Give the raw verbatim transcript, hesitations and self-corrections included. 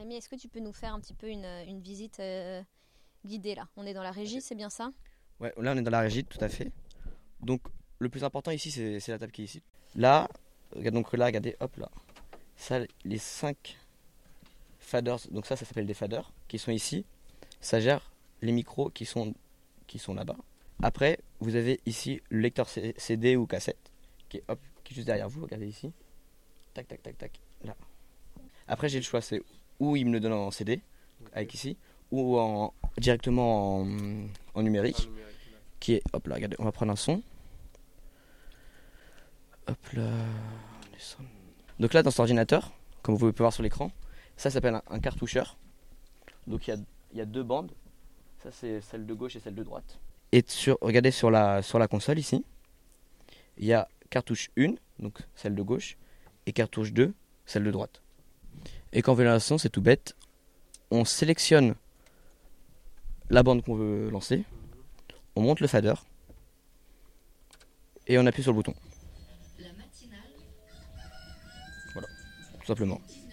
Rémi, est-ce que tu peux nous faire un petit peu une, une visite euh, guidée là? On est dans la régie, c'est bien ça? Ouais, là on est dans la régie, tout à fait. Donc le plus important ici, c'est c'est la table qui est ici. Là, regarde- donc là, regardez, hop là. Ça, les cinq faders, donc ça, ça s'appelle des faders, qui sont ici. Ça gère les micros qui sont, qui sont là-bas. Après, vous avez ici le lecteur C- CD ou cassette, qui est, hop, qui est juste derrière vous, regardez ici. Tac, tac, tac, tac, là. Après, j'ai le choix, c'est ou il me le donne en C D, avec ici, ou en, directement en, en numérique, qui est, hop là, regardez, on va prendre un son. Hop là. Donc là, dans cet ordinateur, comme vous pouvez voir sur l'écran, ça s'appelle un, un cartoucheur. Donc il y a, il y a deux bandes. Ça, c'est celle de gauche et celle de droite. Et sur, regardez sur la, sur la console ici, il y a cartouche un, donc celle de gauche, et cartouche deux, celle de droite. Et quand on veut l'installation, c'est tout bête. On sélectionne la bande qu'on veut lancer, on monte le fader, et on appuie sur le bouton. Voilà, tout simplement.